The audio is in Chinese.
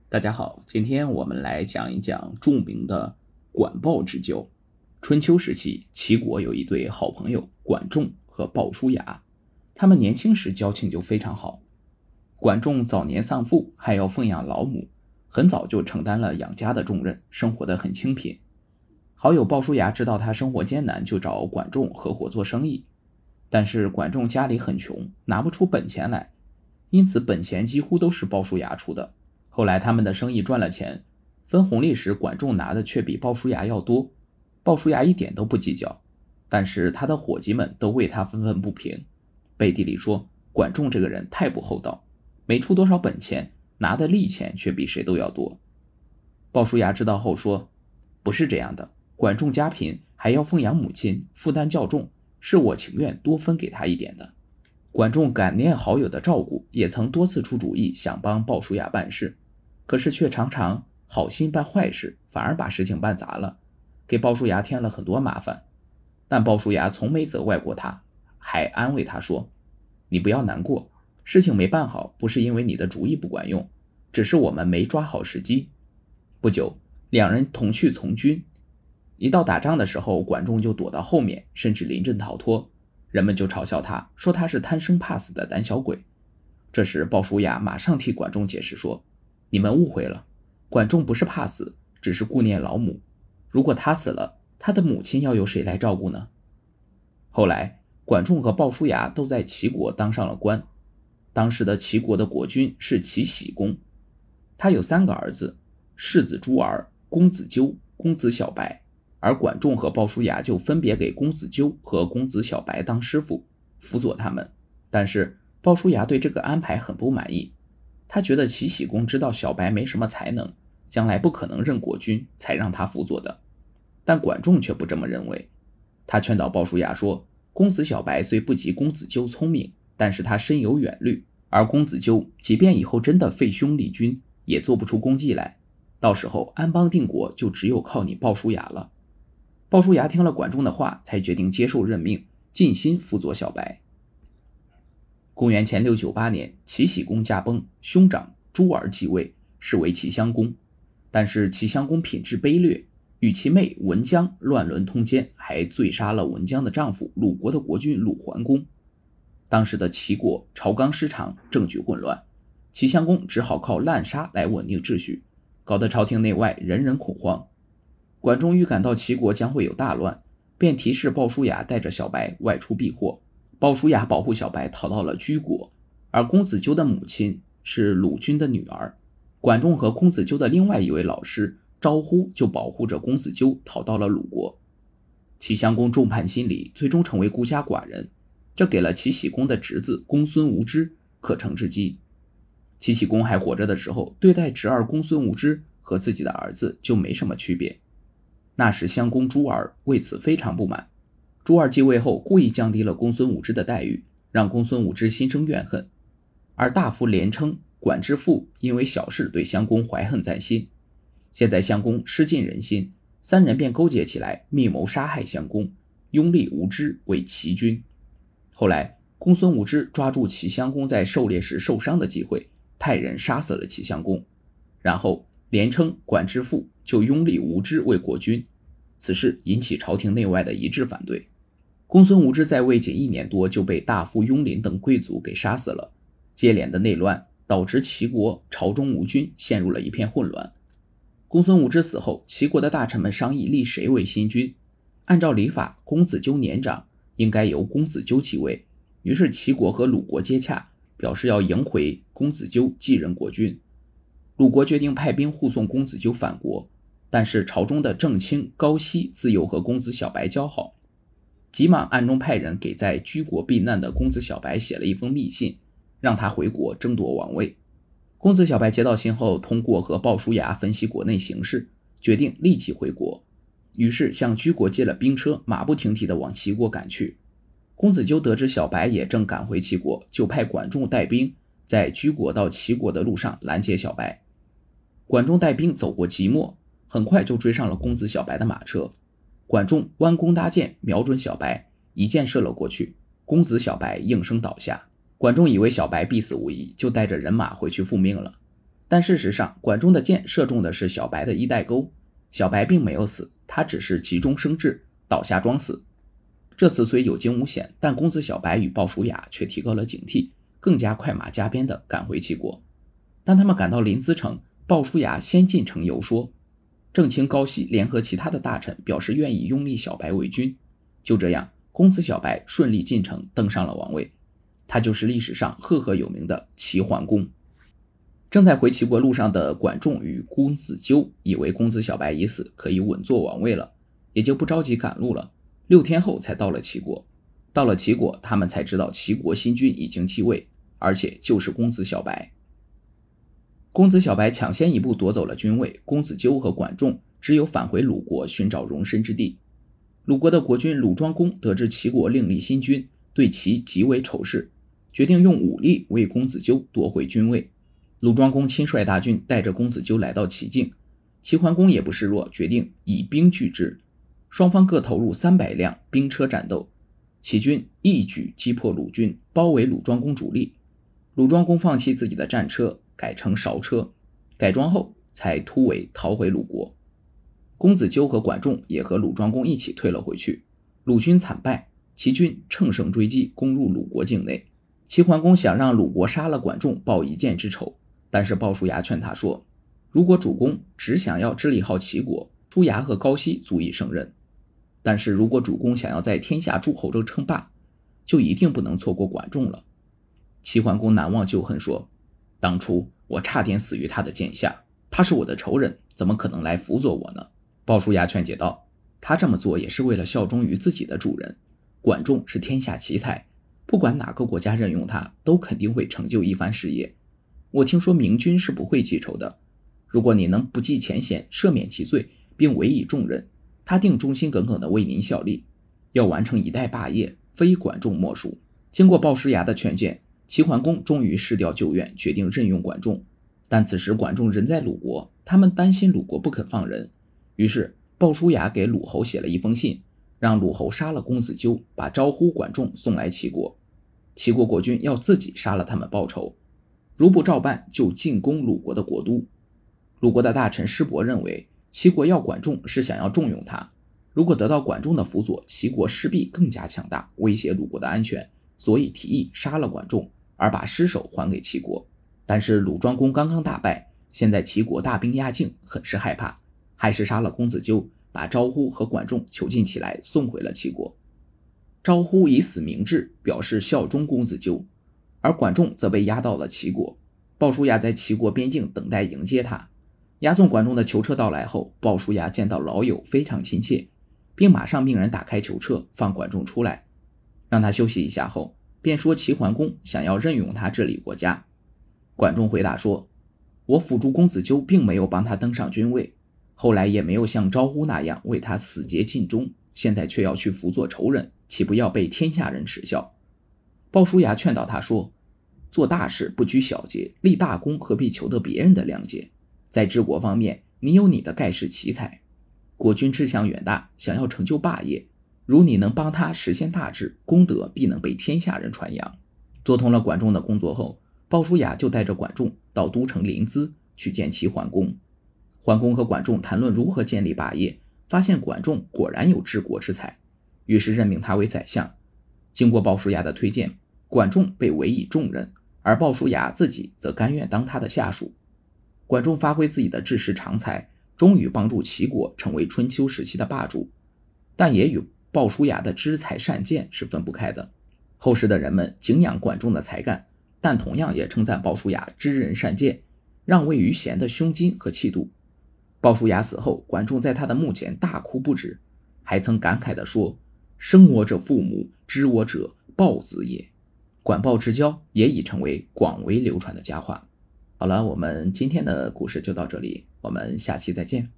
大家好，今天我们来讲一讲著名的管鲍之交。春秋时期，齐国有一对好朋友管仲和鲍叔牙，他们年轻时交情就非常好。管仲早年丧父，还要奉养老母，很早就承担了养家的重任，生活得很清贫。好友鲍叔牙知道他生活艰难，就找管仲合伙做生意。但是管仲家里很穷，拿不出本钱来，因此本钱几乎都是鲍叔牙出的。后来他们的生意赚了钱，分红利时管仲拿的却比鲍叔牙要多，鲍叔牙一点都不计较，但是他的伙计们都为他愤愤不平，背地里说管仲这个人太不厚道，没出多少本钱，拿的利钱却比谁都要多。鲍叔牙知道后说，不是这样的，管仲家贫，还要奉养母亲，负担较重，是我情愿多分给他一点的。管仲感念好友的照顾，也曾多次出主意想帮鲍叔牙办事，可是却常常好心办坏事，反而把事情办砸了，给鲍叔牙添了很多麻烦。但鲍叔牙从没责怪过他，还安慰他说，你不要难过，事情没办好不是因为你的主意不管用，只是我们没抓好时机。不久，两人同去从军，一到打仗的时候，管仲就躲到后面，甚至临阵逃脱，人们就嘲笑他，说他是贪生怕死的胆小鬼。这时鲍叔牙马上替管仲解释说，你们误会了，管仲不是怕死，只是顾念老母，如果他死了，他的母亲要由谁来照顾呢？后来管仲和鲍叔牙都在齐国当上了官，当时的齐国的国君是齐僖公，他有3个儿子，世子朱儿、公子纠、公子小白，而管仲和鲍叔牙就分别给公子纠和公子小白当师傅，辅佐他们。但是鲍叔牙对这个安排很不满意，他觉得齐僖公知道小白没什么才能，将来不可能任国君，才让他辅佐的。但管仲却不这么认为，他劝导鲍叔牙说，公子小白虽不及公子纠聪明，但是他深有远虑，而公子纠即便以后真的废兄立君，也做不出功绩来，到时候安邦定国就只有靠你鲍叔牙了。鲍叔牙听了管仲的话，才决定接受任命，尽心辅佐小白。公元前698年，齐僖公驾崩，兄长朱儿继位，是为齐襄公。但是齐襄公品质卑劣，与其妹文姜乱伦通奸，还罪杀了文姜的丈夫鲁国的国君鲁桓公。当时的齐国朝纲失常，政局混乱，齐襄公只好靠滥杀来稳定秩序，搞得朝廷内外人人恐慌。管仲预感到齐国将会有大乱，便提示鲍叔牙带着小白外出避祸。鲍叔牙保护小白逃到了居国，而公子纠的母亲是鲁君的女儿，管仲和公子纠的另外一位老师招呼就保护着公子纠逃到了鲁国。齐襄公众叛亲离，最终成为孤家寡人，这给了齐僖公的侄子公孙无知可乘之机。齐僖公还活着的时候，对待侄儿公孙无知和自己的儿子就没什么区别。那时襄公朱儿为此非常不满，朱儿继位后故意降低了公孙无知的待遇，让公孙无知心生怨恨。而大夫连称、管之父因为小事对襄公怀恨在心，现在襄公失尽人心，3人便勾结起来密谋杀害襄公，拥立无知为齐君。后来公孙无知抓住齐襄公在狩猎时受伤的机会，派人杀死了齐襄公，然后连称、管之父就拥立无知为国君，此事引起朝廷内外的一致反对。公孙无知在位仅1年多就被大夫雍林等贵族给杀死了，接连的内乱导致齐国朝中无君，陷入了一片混乱。公孙无知死后，齐国的大臣们商议立谁为新君，按照礼法，公子纠年长，应该由公子纠继位，于是齐国和鲁国接洽，表示要迎回公子纠继任国君。鲁国决定派兵护送公子纠返国，但是朝中的正卿高息自幼和公子小白交好，急忙暗中派人给在居国避难的公子小白写了一封密信，让他回国争夺王位。公子小白接到信后，通过和鲍叔牙分析国内形势，决定立即回国，于是向居国借了兵车，马不停蹄地往齐国赶去。公子纠得知小白也正赶回齐国，就派管仲带兵在居国到齐国的路上拦截小白。管仲带兵走过即墨，很快就追上了公子小白的马车。管仲弯弓搭箭，瞄准小白，一箭射了过去，公子小白应声倒下。管仲以为小白必死无疑，就带着人马回去复命了。 但事实上，管仲的箭射中的是小白的衣带钩，小白并没有死，他只是急中生智，倒下装死。这次虽有惊无险，但公子小白与鲍叔牙却提高了警惕，更加快马加鞭地赶回齐国。当他们赶到临淄城，鲍叔牙先进城游说，郑卿、高息联合其他的大臣表示愿意拥立小白为君。就这样，公子小白顺利进城，登上了王位。他就是历史上赫赫有名的齐桓公。正在回齐国路上的管仲与公子纠以为公子小白已死，可以稳坐王位了，也就不着急赶路了。6天后才到了齐国。到了齐国，他们才知道齐国新君已经继位，而且就是公子小白。公子小白抢先一步夺走了君位，公子纠和管仲只有返回鲁国寻找容身之地。鲁国的国君鲁庄公得知齐国另立新君，对齐极为仇视，决定用武力为公子纠夺回君位。鲁庄公亲率大军带着公子纠来到齐境，齐桓公也不示弱，决定以兵拒之。双方各投入300辆兵车战斗，齐军一举击破鲁军，包围鲁庄公主力。鲁庄公放弃自己的战车，改成韶车，改装后才突围逃回鲁国。公子纠和管仲也和鲁庄公一起退了回去，鲁军惨败，齐军乘胜追击，攻入鲁国境内。齐桓公想让鲁国杀了管仲报一箭之仇，但是鲍叔牙劝他说，如果主公只想要治理好齐国，叔牙和高息足以胜任，但是如果主公想要在天下诸侯中称霸，就一定不能错过管仲了。齐桓公难忘旧恨说，当初我差点死于他的剑下，他是我的仇人，怎么可能来辅佐我呢？鲍叔牙劝解道，他这么做也是为了效忠于自己的主人，管仲是天下奇才，不管哪个国家任用他，都肯定会成就一番事业。我听说明君是不会记仇的，如果你能不计前嫌，赦免其罪，并委以重任，他定忠心耿耿地为您效力，要完成一代霸业，非管仲莫属。经过鲍叔牙的劝谏，齐桓公终于失掉旧怨，决定任用管仲。但此时管仲人在鲁国，他们担心鲁国不肯放人，于是鲍叔牙给鲁侯写了一封信，让鲁侯杀了公子纠，把招呼管仲送来齐国。齐国国君要自己杀了他们报仇，如不照办，就进攻鲁国的国都。鲁国的大臣师伯认为，齐国要管仲是想要重用他，如果得到管仲的辅佐，齐国势必更加强大，威胁鲁国的安全，所以提议杀了管仲，而把尸首还给齐国。但是鲁庄公刚刚大败，现在齐国大兵压境，很是害怕，还是杀了公子纠，把招呼和管仲囚禁起来，送回了齐国。招呼以死明志，表示效忠公子纠，而管仲则被押到了齐国。鲍叔牙在齐国边境等待迎接他。押送管仲的囚车到来后，鲍叔牙见到老友非常亲切，并马上命人打开囚车，放管仲出来，让他休息一下后，便说齐桓公想要任用他治理国家。管仲回答说，我辅助公子纠并没有帮他登上君位，后来也没有像招呼那样为他死节尽忠，现在却要去辅佐仇人，岂不要被天下人耻笑？鲍叔牙劝导他说，做大事不拘小节，立大功何必求得别人的谅解？在治国方面，你有你的盖世奇才，国君志向远大，想要成就霸业，如你能帮他实现大志，功德必能被天下人传扬。做通了管仲的工作后，鲍叔牙就带着管仲到都城临淄去见齐桓公。桓公和管仲谈论如何建立霸业，发现管仲果然有治国之才，于是任命他为宰相。经过鲍叔牙的推荐，管仲被委以重任，而鲍叔牙自己则甘愿当他的下属。管仲发挥自己的治世长才，终于帮助齐国成为春秋时期的霸主，但也与鲍叔牙的知才善谏是分不开的。后世的人们敬仰管仲的才干，但同样也称赞鲍叔牙知人善谏，让位于贤的胸襟和气度。鲍叔牙死后，管仲在他的墓前大哭不止，还曾感慨地说，生我者父母，知我者鲍子也。管鲍之交也已成为广为流传的佳话。好了，我们今天的故事就到这里，我们下期再见。